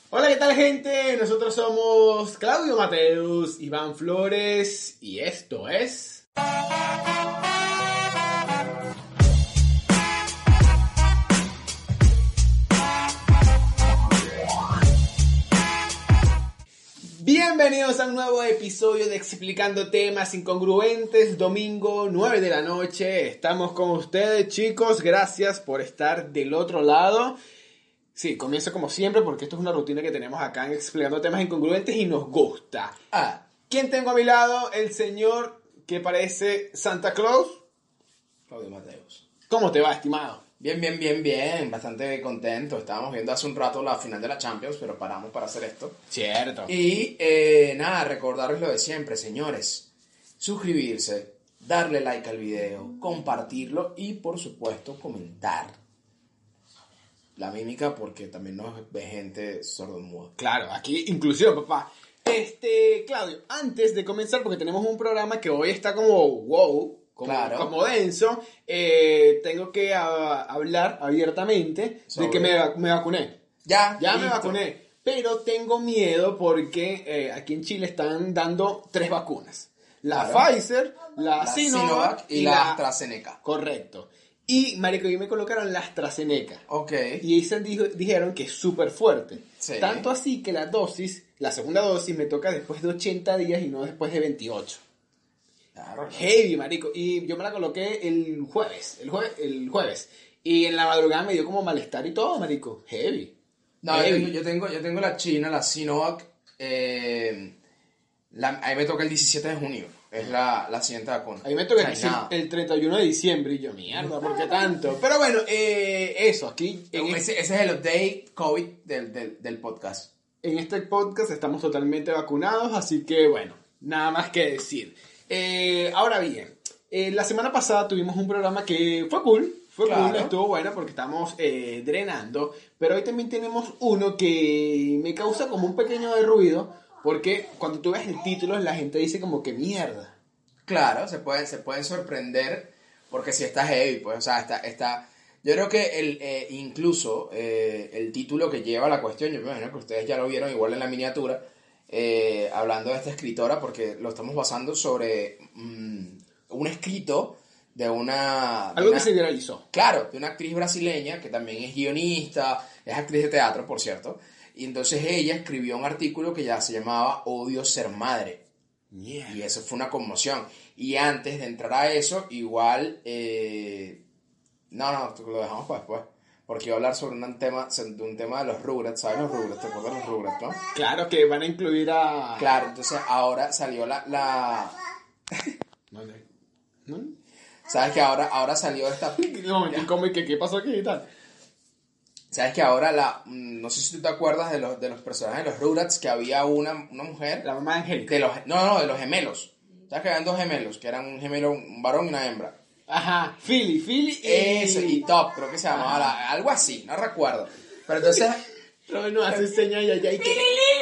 Hola, ¿qué tal, gente? Nosotros somos Claudio Mateus, Iván Flores y esto es... Bienvenidos a un nuevo episodio de Explicando Temas Incongruentes, domingo 9 de la noche. Estamos con ustedes, chicos. Gracias por estar del otro lado. Sí, comienzo como siempre porque esto es una rutina que tenemos acá en Explicando Temas Incongruentes y nos gusta. ¿Quién tengo a mi lado? El señor que parece Santa Claus. Claudio Mateus. ¿Cómo te va, estimado? Bien. Bastante contento. Estábamos viendo hace un rato la final de la Champions, pero paramos para hacer esto. Cierto. Y recordarles lo de siempre, señores. Suscribirse, darle like al video, compartirlo y, por supuesto, comentar. La mímica, porque también nos ve gente sordomuda. Claro, aquí inclusión, papá. Claudio, antes de comenzar, porque tenemos un programa que hoy está como wow, como denso, tengo que hablar abiertamente de que me vacuné. Ya listo. Me vacuné, pero tengo miedo porque aquí en Chile están dando 3 vacunas. La Pfizer, la Sinovac y la AstraZeneca. Correcto. Y, marico, y me colocaron la AstraZeneca. Ok. Y ellos dijeron que es súper fuerte. Sí. Tanto así que la segunda dosis me toca después de 80 días y no después de 28. Claro. Heavy, marico. Y yo me la coloqué el jueves. Y en la madrugada me dio como malestar y todo, marico. Heavy. Yo tengo la China, la Sinovac. A mí me toca el 17 de junio. Es la siguiente vacuna. A mí me toca el 31 de diciembre y yo, mierda, ¿por qué tanto? Pero bueno, eso, aquí... Ese es el update COVID del podcast. En este podcast estamos totalmente vacunados, así que bueno, nada más que decir. Ahora bien, la semana pasada tuvimos un programa que fue cool, estuvo bueno porque estamos drenando, pero hoy también tenemos uno que me causa como un pequeño de ruido. Porque cuando tú ves el título, la gente dice como que mierda. Claro, se pueden sorprender porque si está heavy, pues, o sea, está... Yo creo que incluso el título que lleva la cuestión, yo me imagino que ustedes ya lo vieron igual en la miniatura, hablando de esta escritora, porque lo estamos basando sobre un escrito de una... Algo que se viralizó. Claro, de una actriz brasileña que también es guionista, es actriz de teatro, por cierto. Y entonces ella escribió un artículo que ya se llamaba Odio ser madre. Yeah. Y eso fue una conmoción. Y antes de entrar a eso, igual... No, lo dejamos para después. Porque iba a hablar sobre un tema de los Rugrats. ¿Sabes los Rugrats? ¿Te acuerdas de los Rugrats, no? Claro, que van a incluir a... Claro, entonces ahora salió la... ¿No? ¿Sabes que ahora salió esta... No, ¿qué pasó aquí y tal? ¿Sabes que ahora no sé si tú te acuerdas de los personajes de los Rugrats, que había una mujer... La mamá Angélica. de los gemelos. ¿Sabes que habían 2 gemelos? Que eran un gemelo, un varón y una hembra. Ajá, Philly y Top, creo que se llamaba algo así, no recuerdo. Pero entonces... No hace señas y allá y que...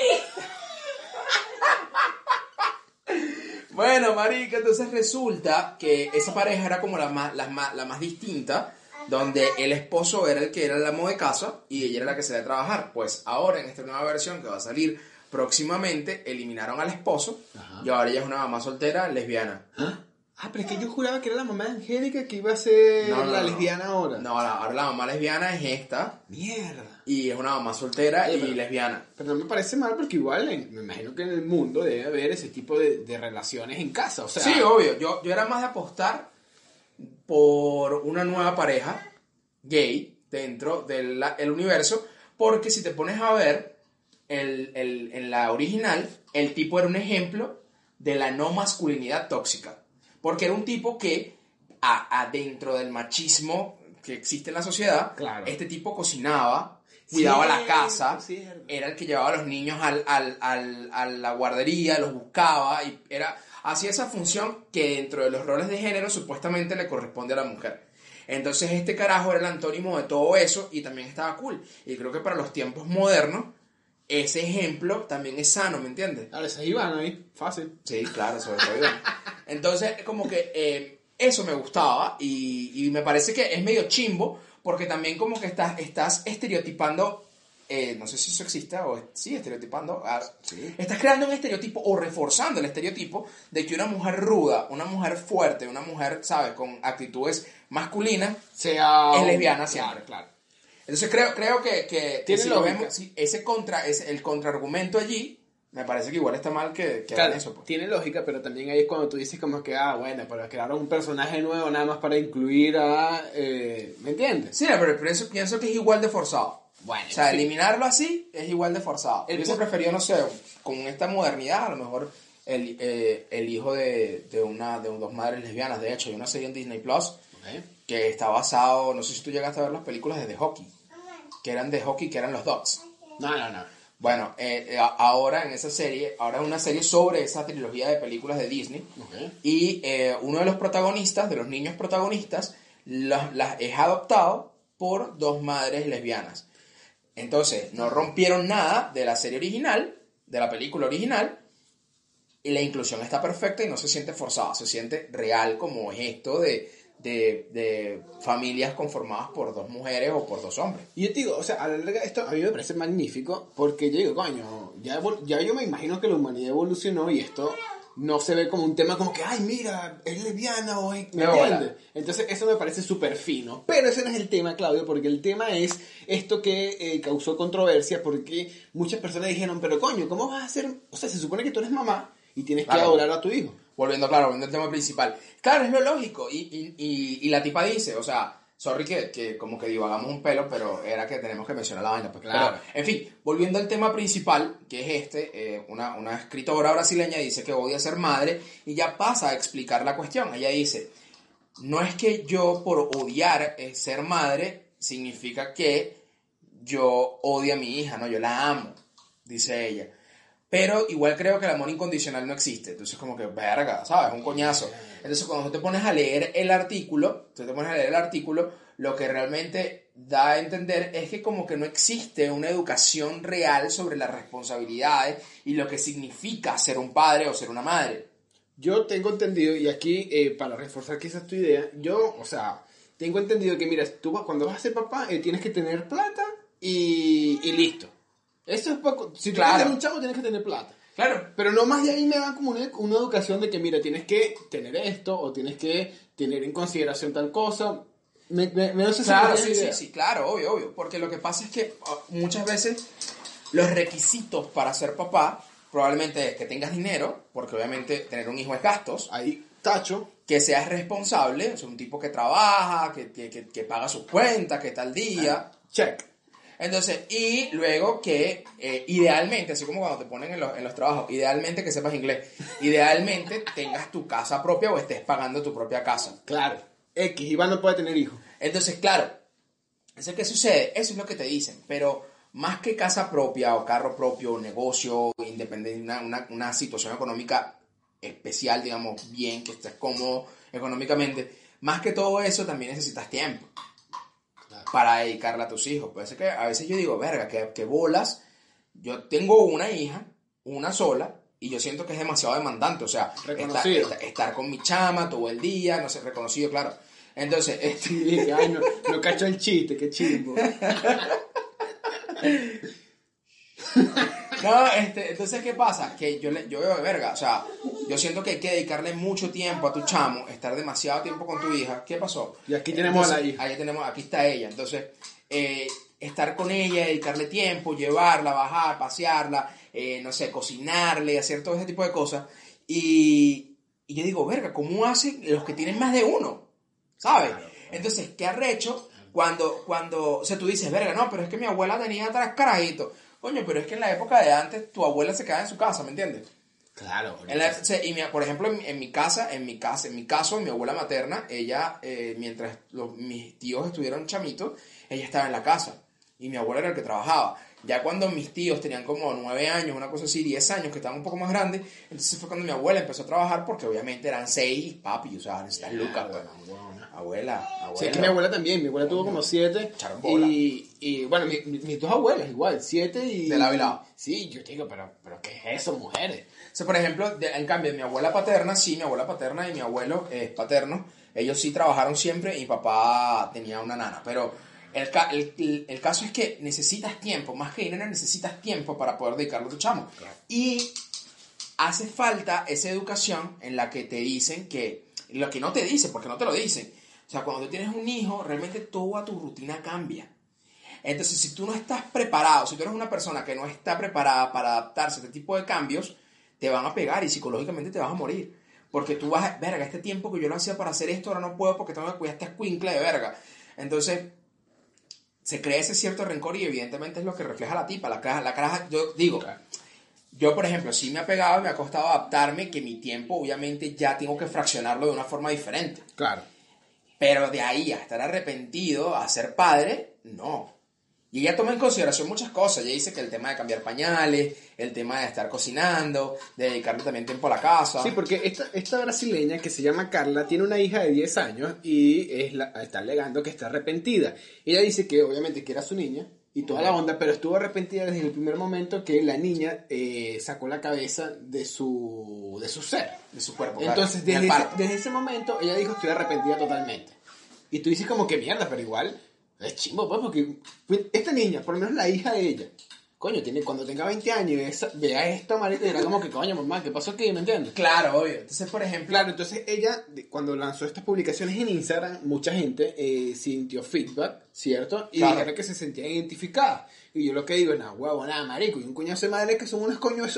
Bueno, marica, entonces resulta que esa pareja era como la más distinta, donde el esposo era el que era el amo de casa y ella era la que se iba a trabajar. Pues ahora, en esta nueva versión que va a salir próximamente, eliminaron al esposo. Ajá. Y ahora ella es una mamá soltera lesbiana. Pero es que yo juraba que era la mamá de Angélica que iba a ser lesbiana ahora. No, ahora la mamá lesbiana es esta. Mierda. Y es una mamá soltera lesbiana. Pero no me parece mal porque igual me imagino que en el mundo debe haber ese tipo de relaciones en casa. O sea, sí, obvio. Yo era más de apostar por una nueva pareja gay dentro del universo, porque si te pones a ver en la original, el tipo era un ejemplo de la no masculinidad tóxica, porque era un tipo que dentro del machismo que existe en la sociedad, claro, este tipo cocinaba, cuidaba la casa, era el que llevaba a los niños a la guardería, los buscaba y hacía esa función que dentro de los roles de género supuestamente le corresponde a la mujer. Entonces este carajo era el antónimo de todo eso y también estaba cool. Y creo que para los tiempos modernos ese ejemplo también es sano, ¿me entiendes? Ahora se iban ahí, fácil. Sí, claro, sobre todo Iván. Entonces como que eso me gustaba y me parece que es medio chimbo porque también como que estás estereotipando no sé si eso existe o sí, estereotipando, Sí. estás creando un estereotipo o reforzando el estereotipo de que una mujer ruda, una mujer fuerte, una mujer, ¿sabes?, con actitudes masculinas, es lesbiana siempre. Claro. Entonces creo que Tiene si lógica. lo vemos, si el contraargumento allí, me parece que igual está mal que Claro, hagan eso. Pues. tiene lógica, pero también ahí es cuando tú dices como que, bueno, pero crearon un personaje nuevo nada más para incluir a... ¿me entiendes? Sí, pero pienso que es igual de forzado. Bueno, O sea, sí. eliminarlo así es igual de forzado. El Yo hubiese preferido, no sé, con esta modernidad, a lo mejor el hijo de dos madres lesbianas. De hecho, hay una serie en Disney Plus que está basado, no sé si tú llegaste a ver las películas de The Hockey, que eran de hockey, que eran los Ducks. No. Bueno, ahora en esa serie, ahora es una serie sobre esa trilogía de películas de Disney. Okay. Y uno de los protagonistas, de los niños protagonistas, es adoptado por dos madres lesbianas. Entonces, no rompieron nada de la serie original, de la película original, y la inclusión está perfecta y no se siente forzada, se siente real como es esto de familias conformadas por dos mujeres o por dos hombres. Y yo te digo, o sea, a la larga esto a mí me parece magnífico porque yo digo, coño, ya yo me imagino que la humanidad evolucionó y esto no se ve como un tema como que, ay, mira, es lesbiana o es... ¿Me entiendes? Entonces eso me parece súper fino. Pero ese no es el tema, Claudio, porque el tema es esto que causó controversia porque muchas personas dijeron, pero coño, ¿cómo vas a hacer? O sea, se supone que tú eres mamá y tienes que adorar a tu hijo. Volviendo al tema principal. Claro, es lo lógico. Y la tipa dice, o sea, sorry que como que divagamos un pelo, pero era que tenemos que mencionar la vaina. Pues, claro. Pero, en fin, volviendo al tema principal, que es una escritora brasileña dice que odia ser madre y ya pasa a explicar la cuestión. Ella dice, no es que yo por odiar ser madre significa que yo odie a mi hija, no, yo la amo, dice ella. Pero igual creo que el amor incondicional no existe. Entonces como que, verga, ¿sabes? Un coñazo. Entonces cuando tú te pones a leer el artículo, lo que realmente da a entender es que como que no existe una educación real sobre las responsabilidades y lo que significa ser un padre o ser una madre. Yo tengo entendido, y aquí para reforzar quizás tu idea, yo, o sea, tengo entendido que, mira, tú cuando vas a ser papá tienes que tener plata y listo. Eso es poco. Si tú quieres tener un chavo, tienes que tener plata. Claro. Pero no más de ahí me dan como una educación de que, mira, tienes que tener esto o tienes que tener en consideración tal cosa. Me claro, sí, claro, obvio. Porque lo que pasa es que muchas veces los requisitos para ser papá probablemente es que tengas dinero, porque obviamente tener un hijo es gastos. Ahí, tacho. Que seas responsable, o sea, un tipo que trabaja, que paga sus cuentas, que tal día. Check. Entonces, y luego que idealmente, así como cuando te ponen en los trabajos, idealmente que sepas inglés, idealmente tengas tu casa propia o estés pagando tu propia casa. Claro. Iván no puede tener hijos. Entonces, claro, ¿qué sucede? Eso es lo que te dicen, pero más que casa propia o carro propio o negocio independiente, una situación económica especial, digamos, bien, que estés cómodo económicamente, más que todo eso también necesitas tiempo para dedicarle a tus hijos. Puede ser que a veces yo digo, verga, que bolas. Yo tengo una hija, una sola, y yo siento que es demasiado demandante. O sea, estar con mi chama todo el día, no sé, reconocido, claro. Entonces, sí, ay, no cacho el chiste, qué chimbo. No, entonces, ¿qué pasa? Que yo veo de verga, o sea, yo siento que hay que dedicarle mucho tiempo a tu chamo, estar demasiado tiempo con tu hija. ¿Qué pasó? Y aquí tenemos a la hija. Aquí está ella. Entonces, estar con ella, dedicarle tiempo, llevarla, bajar, pasearla, no sé, cocinarle, hacer todo ese tipo de cosas. Y yo digo, verga, ¿cómo hacen los que tienen más de uno? ¿Sabes? Entonces, ¿qué arrecho cuando, o sea, tú dices, verga, no, pero es que mi abuela tenía 3 carajitos. Coño, pero es que en la época de antes tu abuela se quedaba en su casa, ¿me entiendes? Claro. Por ejemplo, en mi caso, mi abuela materna, ella, mientras mis tíos estuvieron chamitos, ella estaba en la casa. Y mi abuela era el que trabajaba. Ya cuando mis tíos tenían como 9 años, una cosa así, 10 años, que estaban un poco más grandes, entonces fue cuando mi abuela empezó a trabajar, porque obviamente eran 6, papi, o sea, necesitas lucas, güey. Abuela. Sí, es que mi abuela también, mi abuela tuvo como 7. Y bueno, mis 2 abuelas igual, 7 y... De lado y lado. Sí, yo te digo, pero ¿qué es eso, mujeres? O sea, por ejemplo, en cambio, mi abuela paterna y mi abuelo paterno, ellos sí trabajaron siempre y mi papá tenía una nana, pero El caso es que necesitas tiempo, más que dinero necesitas tiempo para poder dedicarlo a tu chamo. Claro. Y hace falta esa educación en la que te dicen que, lo que no te dicen, porque no te lo dicen. O sea, cuando tú tienes un hijo, realmente toda tu rutina cambia. Entonces, si tú no estás preparado, si tú eres una persona que no está preparada para adaptarse a este tipo de cambios, te van a pegar y psicológicamente te vas a morir. Porque tú vas a, verga, este tiempo que yo lo hacía para hacer esto, ahora no puedo porque tengo que cuidar este escuincle de verga. Entonces, se crea ese cierto rencor y evidentemente es lo que refleja la tipa. La caraja, yo digo, yo por ejemplo, sí me ha pegado y me ha costado adaptarme, que mi tiempo obviamente ya tengo que fraccionarlo de una forma diferente. Claro. Pero de ahí a estar arrepentido, a ser padre, no. Y ella toma en consideración muchas cosas. Ella dice que el tema de cambiar pañales, el tema de estar cocinando, de dedicarle también tiempo a la casa. Sí, porque esta brasileña que se llama Carla tiene una hija de 10 años y está alegando que está arrepentida. Ella dice que obviamente que era su niña y toda la onda, pero estuvo arrepentida desde el primer momento que la niña sacó la cabeza de su ser. De su cuerpo. Entonces, claro, desde ese momento, ella dijo, estoy arrepentida totalmente. Y tú dices como que mierda, pero igual es chimbo, pues, porque esta niña, por lo menos la hija de ella, coño, cuando tenga 20 años y vea esto, marico, y dirá como que, coño, mamá, ¿qué pasó aquí? ¿Me entiendes? Claro, obvio. Entonces, por ejemplo... Claro, entonces ella, cuando lanzó estas publicaciones en Instagram, mucha gente sintió feedback, ¿cierto? Y claro, dijeron que se sentía identificada. Y yo lo que digo es, nada, huevo, nada, marico, y un coñazo de madre que son unos coños...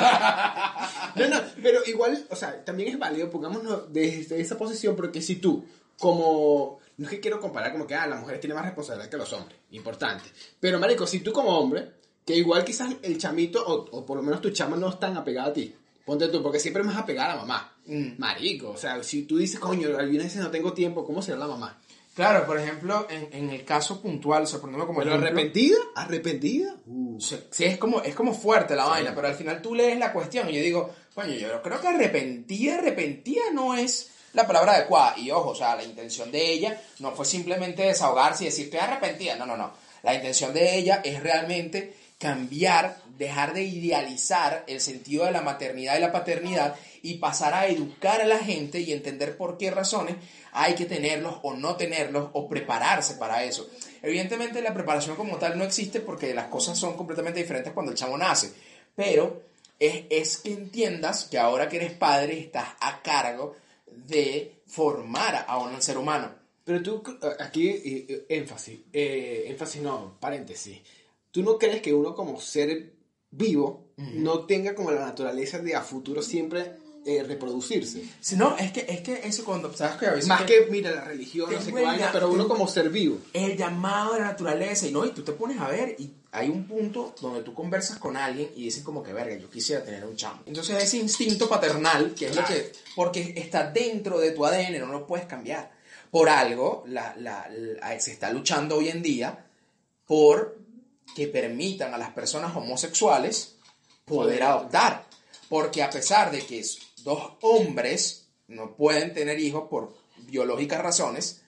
No, pero igual, o sea, también es válido, pongámonos desde esa posición, porque si tú, como... No es que quiero comparar como que, las mujeres tienen más responsabilidad que los hombres, importante. Pero, marico, si tú como hombre, que igual quizás el chamito, o por lo menos tu chama no es tan apegada a ti, ponte tú, porque siempre es más apegada a la mamá. Marico, o sea, si tú dices, coño, algunas veces no tengo tiempo, ¿cómo será la mamá? Claro, por ejemplo, en el caso puntual, o sea, poniéndolo como ¿Pero ejemplo, ¿Arrepentida? Sí, es como fuerte la vaina, pero al final tú lees la cuestión y yo digo, coño, yo creo que arrepentida no es la palabra adecuada. Y ojo, o sea, la intención de ella no fue simplemente desahogarse y decir, estoy arrepentida. No. La intención de ella es realmente cambiar, dejar de idealizar el sentido de la maternidad y la paternidad y pasar a educar a la gente y entender por qué razones hay que tenerlos o no tenerlos o prepararse para eso. Evidentemente la preparación como tal no existe porque las cosas son completamente diferentes cuando el chamo nace, pero es que entiendas que ahora que eres padre estás a cargo de formar a un ser humano. Pero tú, aquí, énfasis no, paréntesis. ¿Tú no crees que uno como ser vivo no tenga como la naturaleza de a futuro siempre reproducirse? Si no, es que eso cuando, ¿sabes qué? A veces más que, mira, la religión, no sé qué vaina, pero uno como ser vivo. El llamado de la naturaleza, y tú te pones a ver y hay un punto donde tú conversas con alguien y dicen como que, verga, yo quisiera tener un chamo. Entonces ese instinto paternal, que es lo que, porque está dentro de tu ADN, no lo puedes cambiar. Por algo, se está luchando hoy en día por que permitan a las personas homosexuales poder adoptar. Porque a pesar de que dos hombres no pueden tener hijos por biológicas razones,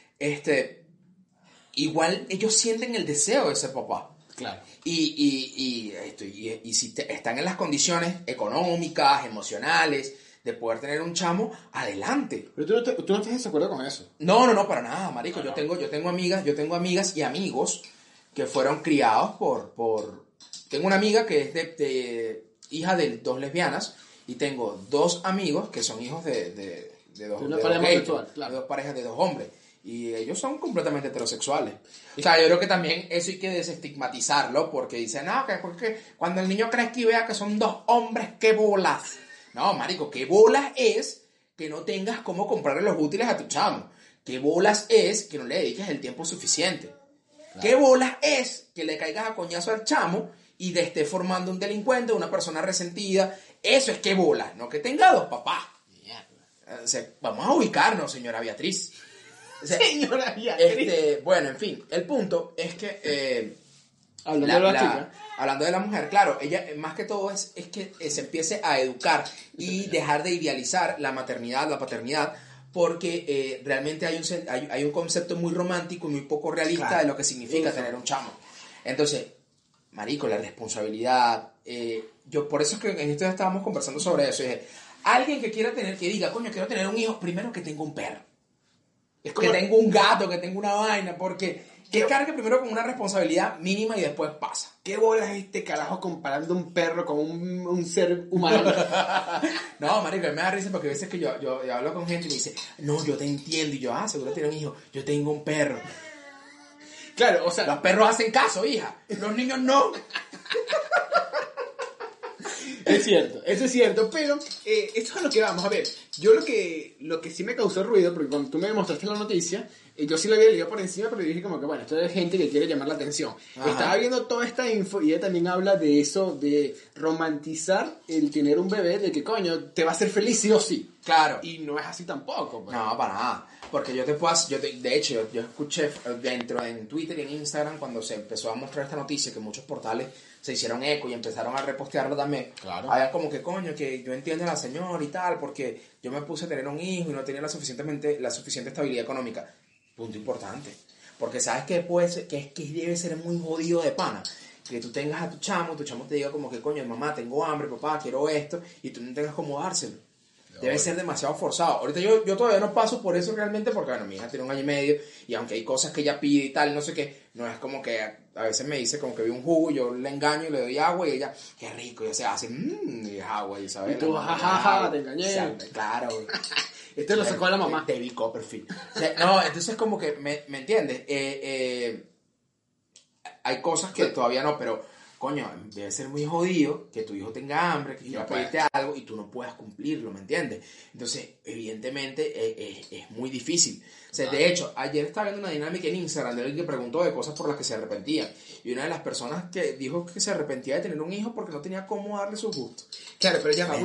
igual ellos sienten el deseo de ser papá. Claro. Y si están en las condiciones económicas, emocionales, de poder tener un chamo, adelante. Pero tú no estás de acuerdo con eso. No, para nada, marico. Yo tengo amigas y amigos que fueron criados por... Tengo una amiga que es de hija de dos lesbianas y tengo dos amigos que son hijos de dos parejas de dos hombres. Y ellos son completamente heterosexuales. O sea, yo creo que también eso hay que desestigmatizarlo porque dicen, no, que porque cuando el niño crezca y vea que son dos hombres, ¡qué bolas! No, marico, ¿qué bolas es que no tengas cómo comprarle los útiles a tu chamo? ¿Qué bolas es que no le dediques el tiempo suficiente? Claro. ¿Qué bolas es que le caigas a coñazo al chamo y te esté formando un delincuente, una persona resentida? Eso es qué bolas, no que tenga dos papás. O sea, vamos a ubicarnos, señora Beatriz. O sea, señora Beatriz. Bueno, en fin, el punto es que... Hablando de la mujer, claro, ella más que todo es que se empiece a educar y dejar de idealizar la maternidad, la paternidad, porque realmente hay un concepto muy romántico y muy poco realista de lo que significa tener un chamo. Entonces, marico, la responsabilidad, yo por eso es que en esto estábamos conversando sobre eso, alguien que diga, coño, quiero tener un hijo, primero que tenga un perro, que tenga un gato, que tenga una vaina, porque Que cargue primero con una responsabilidad mínima y después pasa. ¿Qué bolas este carajo comparando un perro con un ser humano? No, marico, me da risa porque a veces que yo hablo con gente y me dice, no, yo te entiendo. Y yo, seguro tiene un hijo. Yo tengo un perro. Claro, o sea... Los perros hacen caso, hija. Los niños no. Es cierto, eso es cierto, pero eso es a lo que vamos. A ver, yo lo que sí me causó ruido, porque cuando tú me mostraste la noticia, yo sí la había leído por encima, pero dije como que bueno, esto es gente que quiere llamar la atención. Ajá. Estaba viendo toda esta info y ella también habla de eso, de romantizar el tener un bebé, de que coño, te va a hacer feliz sí o sí. Claro. Y no es así tampoco. Pues. No, para nada. Porque de hecho, yo escuché en Twitter y en Instagram cuando se empezó a mostrar esta noticia que muchos portales se hicieron eco y empezaron a repostearlo también. Claro. Había como que coño, que yo entiendo a la señora y tal, porque yo me puse a tener un hijo y no tenía la suficiente estabilidad económica. Punto importante. Porque sabes que debe ser muy jodido de pana. Que tú tengas a tu chamo te diga como que coño, mamá, tengo hambre, papá, quiero esto, y tú no tengas cómo dárselo. Debe ser demasiado forzado. Ahorita yo todavía no paso por eso realmente porque, bueno, mi hija tiene 1 año y medio y aunque hay cosas que ella pide y tal, no sé qué, no es como que a veces me dice como que vi un jugo, yo le engaño y le doy agua y ella, qué rico, y se hace, y es agua, y sabes. Y tú, jajaja, te engañé. O sea, claro. Esto lo sacó la mamá. David Copperfield. O sea, no, entonces como que, ¿me entiendes? Hay cosas que todavía no, pero... Coño, debe ser muy jodido que tu hijo tenga hambre, que quiera pedirte algo y tú no puedas cumplirlo, ¿me entiendes? Entonces, evidentemente, es muy difícil. O sea, de hecho, ayer estaba viendo una dinámica en Instagram de alguien que preguntó de cosas por las que se arrepentían. Y una de las personas que dijo que se arrepentía de tener un hijo porque no tenía cómo darle sus gustos. Claro, pero ya va.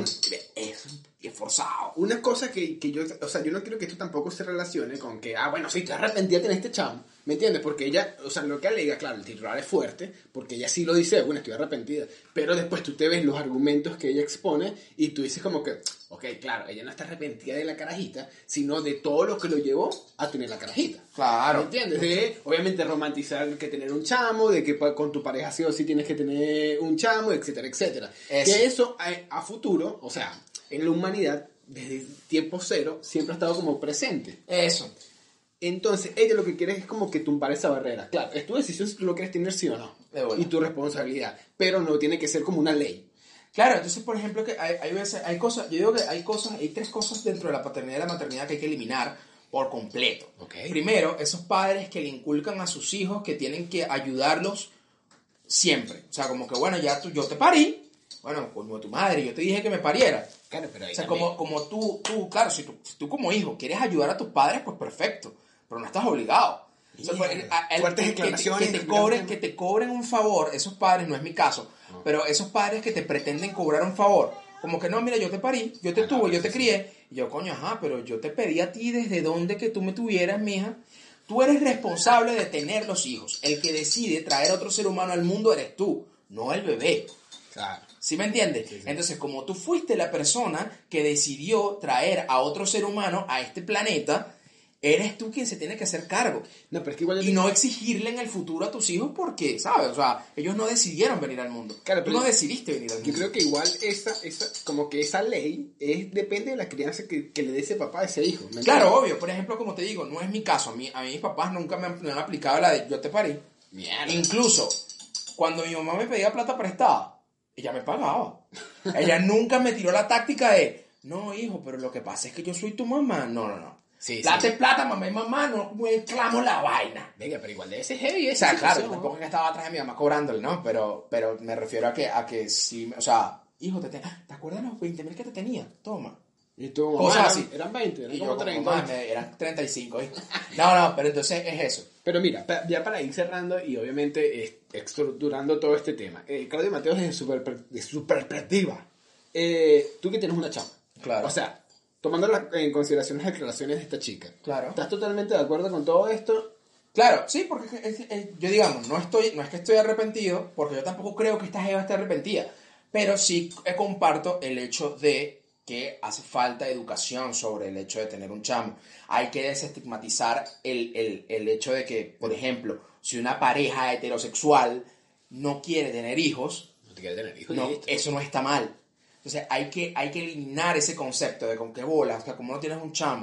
Es forzado. Una cosa que yo, o sea, yo no quiero que esto tampoco se relacione con que, bueno, sí, te arrepentí de tener este chamo, ¿me entiendes? Porque ella, o sea, lo que alega, claro, el titular es fuerte, porque ella sí lo dice, bueno, estoy arrepentida, pero después tú te ves los argumentos que ella expone y tú dices como que, ok, claro, ella no está arrepentida de la carajita, sino de todo lo que lo llevó a tener la carajita. Claro. ¿Me entiendes? De, obviamente, romantizar que tener un chamo, de que con tu pareja sí o sí tienes que tener un chamo, etcétera, etcétera. Que eso a futuro, o sea, en la humanidad, desde tiempo cero, siempre ha estado como presente. Eso. Entonces, ella lo que quiere es como que tumbar esa barrera. Claro, es tu decisión si tú lo quieres tener sí o no. Y tu responsabilidad. Pero no tiene que ser como una ley. Claro, entonces, por ejemplo, que hay veces, hay cosas, yo digo que hay 3 cosas dentro de la paternidad y la maternidad que hay que eliminar por completo. Okay. Primero, esos padres que le inculcan a sus hijos que tienen que ayudarlos siempre. O sea, como que, bueno, ya yo te parí, bueno, como tu madre, yo te dije que me pariera. Claro, pero ahí o sea, también. como tú, claro, si tú como hijo quieres ayudar a tus padres, pues perfecto, pero no estás obligado. O sea, Fuertes declaraciones. Que te cobren un favor, esos padres, no es mi caso, pero esos padres que te pretenden cobrar un favor, como que no, mira, yo te parí, yo te tuve, yo te crié, y yo, coño, pero yo te pedí a ti desde donde que tú me tuvieras, mija. Tú eres responsable de tener los hijos. El que decide traer a otro ser humano al mundo eres tú, no el bebé. Claro. ¿Sí me entiendes? Sí. Entonces, como tú fuiste la persona que decidió traer a otro ser humano a este planeta, eres tú quien se tiene que hacer cargo. No, pero es que igual y no exigirle en el futuro a tus hijos porque, ¿sabes? O sea, ellos no decidieron venir al mundo. Claro, tú no decidiste venir al mundo. Yo creo que igual como que esa ley depende de la crianza que le dé ese papá a ese hijo. Claro, obvio. Por ejemplo, como te digo, no es mi caso. A mí mis papás nunca me han aplicado la de yo te parí. Mierda. Incluso, cuando mi mamá me pedía plata prestada, ella me pagaba. Ella nunca me tiró la táctica de, no, hijo, pero lo que pasa es que yo soy tu mamá. No. Sí, plata es plata, mamá y mamá, no mezclamos la vaina. Venga, pero igual debe ser heavy. O sea, claro, tampoco es que estaba atrás de mi mamá cobrándole, ¿no? Pero me refiero a que sí, o sea, hijo, ¿te acuerdas los 20,000 que te tenía? Toma. Y tú, cosas así. Eran 20, eran y como yo, 30. Mamá, eran 35, ¿eh? No, pero entonces es eso. Pero mira, ya para ir cerrando y obviamente estructurando todo este tema, Claudio Mateos desde su perspectiva, tú que tienes una chama, claro. O sea, tomando en consideración las declaraciones de esta chica, claro. ¿Estás totalmente de acuerdo con todo esto? Claro, sí, porque yo digamos, no es que estoy arrepentido, porque yo tampoco creo que esta jeva esté arrepentida, pero sí comparto el hecho de que hace falta educación sobre el hecho de tener un chamo. Hay que desestigmatizar el hecho de que, por ejemplo, si una pareja heterosexual no quiere tener hijos, eso no está mal. Entonces hay que eliminar ese concepto de con qué bolas, o sea, como no tienes un chamo.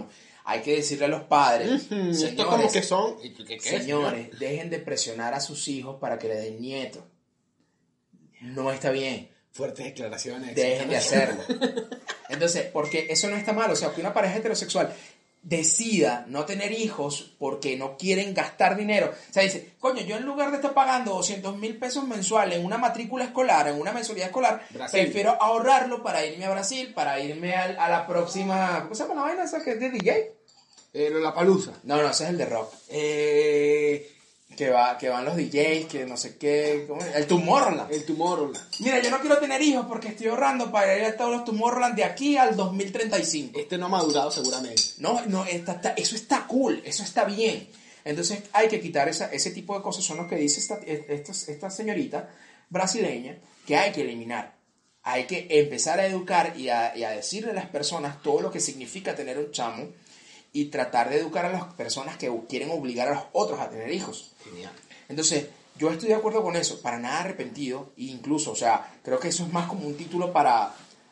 hay que decirle a los padres, señores, esto como que son... señores, dejen de presionar a sus hijos para que le den nietos. No está bien. Fuertes declaraciones. Dejen de hacerlo. Entonces, porque eso no está mal. O sea, que una pareja heterosexual decida no tener hijos porque no quieren gastar dinero. O sea, dice, coño, yo en lugar de estar pagando 200,000 pesos mensuales en una matrícula escolar, en una mensualidad escolar, Brasil, prefiero ahorrarlo para irme a Brasil, para irme a la próxima... ¿Cómo se llama la vaina esa que es de DJ? Lollapalooza. No, ese es el de rock. Que van los DJs, que no sé qué... ¿cómo es? El Tomorrowland. Mira, yo no quiero tener hijos porque estoy ahorrando para ir a todos los Tomorrowland de aquí al 2035. No ha madurado seguramente. No, eso está cool, eso está bien. Entonces hay que quitar ese tipo de cosas. Son los que dice esta señorita brasileña que hay que eliminar. Hay que empezar a educar y a decirle a las personas todo lo que significa tener un chamo y tratar de educar a las personas que quieren obligar a los otros a tener hijos. Genial. Entonces, yo estoy de acuerdo con eso, para nada arrepentido, e incluso, o sea, creo que eso es más como un título para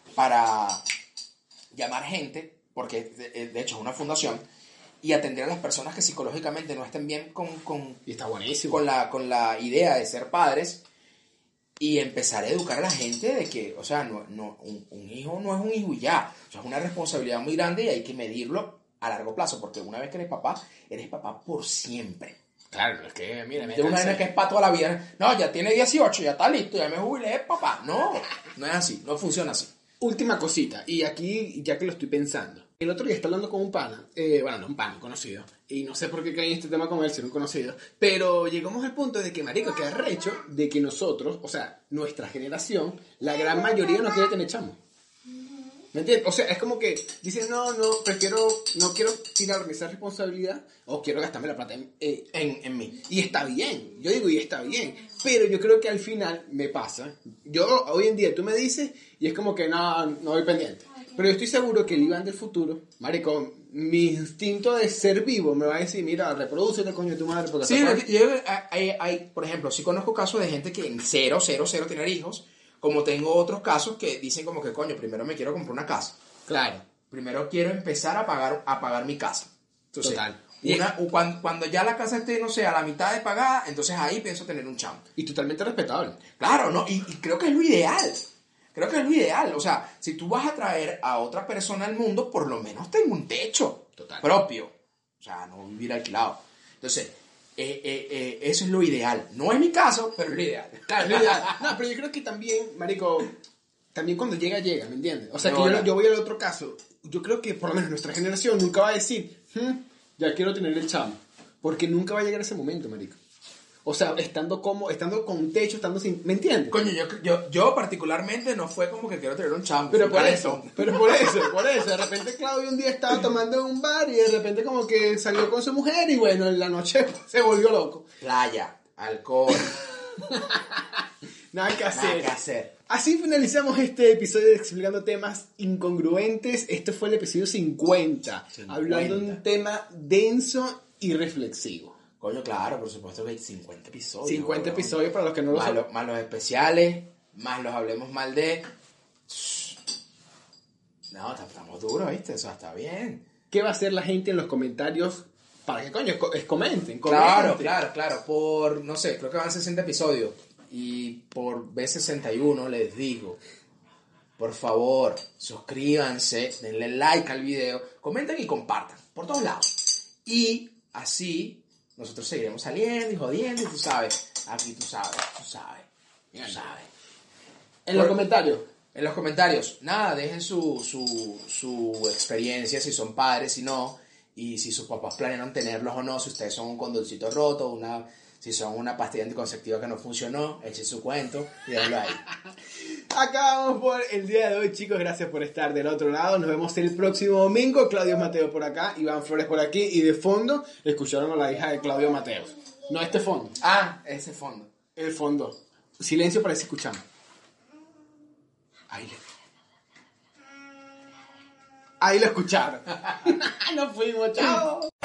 llamar gente, porque de hecho es una fundación, y atender a las personas que psicológicamente no estén bien y está buenísimo. con la idea de ser padres, y empezar a educar a la gente de que, o sea, un hijo no es un hijo y ya, o sea, es una responsabilidad muy grande y hay que medirlo a largo plazo, porque una vez que eres papá por siempre. Claro, es que, mira, de una vez que es para toda la vida. No, ya tiene 18, ya está listo, ya me jubilé, papá. No es así, no funciona así. Última cosita, y aquí, ya que lo estoy pensando. El otro día estaba hablando con un pana, un pana, un conocido, y no sé por qué caí en este tema con él, si era un conocido, pero llegamos al punto de que, marico, que arrecho de que nosotros, o sea, nuestra generación, la gran mayoría no quiere tener chamo. ¿Me entiendes? O sea, es como que dicen, no quiero tirarme esa responsabilidad o quiero gastarme la plata en mí. Y está bien, yo digo, y está bien. Pero yo creo que al final me pasa. Yo, hoy en día, tú me dices y es como que no voy pendiente. Pero yo estoy seguro que el Iván del futuro, marico, mi instinto de ser vivo me va a decir, mira, reprodúcete, coño de tu madre. Porque sí, hay, por ejemplo, sí conozco casos de gente que en cero tener hijos. Como tengo otros casos que dicen como que, coño, primero me quiero comprar una casa. Claro. Primero quiero empezar a pagar mi casa. Entonces, total. Cuando ya la casa esté, no sé, a la mitad de pagada, entonces ahí pienso tener un chamo. Y totalmente respetable. Claro, ¿no? Y creo que es lo ideal. O sea, si tú vas a traer a otra persona al mundo, por lo menos tengo un techo propio. O sea, no vivir alquilado. Entonces... eso es lo ideal. No es mi caso, pero es lo ideal. Claro, es lo ideal. No, pero yo creo que también, marico, también cuando llega, ¿me entiendes? O sea, que yo voy al otro caso. Yo creo que por lo menos nuestra generación nunca va a decir, ya quiero tener el chamo. Porque nunca va a llegar ese momento, marico. O sea, estando con un techo, estando sin... ¿Me entiendes? Coño, yo particularmente no fue como que quiero tener un chamo. Pero por eso. De repente Claudio un día estaba tomando en un bar y de repente como que salió con su mujer y bueno, en la noche se volvió loco. Playa, alcohol. Nada que hacer. Así finalizamos este episodio de Explicando Temas Incongruentes. Este fue el episodio 50. Hablando de un tema denso y reflexivo. Coño, claro, por supuesto que hay 50 episodios. 50 episodios para los que no lo saben. Más los especiales, más los hablemos mal de... No, estamos duros, ¿viste? Eso está bien. ¿Qué va a hacer la gente en los comentarios? Para que, coño, comenten. Claro. Por, no sé, creo que van 60 episodios. Y por B61 les digo, por favor, suscríbanse, denle like al video, comenten y compartan, por todos lados. Y así... nosotros seguiremos saliendo y jodiendo y tú sabes. Aquí tú sabes. En los comentarios. Nada, dejen su experiencia, si son padres, si no. Y si sus papás planean tenerlos o no. Si ustedes son un condoncito roto, si son una pastilla anticonceptiva que no funcionó, echen su cuento y déjenlo ahí. Acabamos por el día de hoy, chicos. Gracias por estar del otro lado. Nos vemos el próximo domingo. Claudio Mateo por acá, Iván Flores por aquí. Y de fondo, escucharon a la hija de Claudio Mateos. No este fondo. Ah, ese fondo. El fondo. Silencio para que se escuchamos. Ahí lo escucharon. Nos fuimos, chao.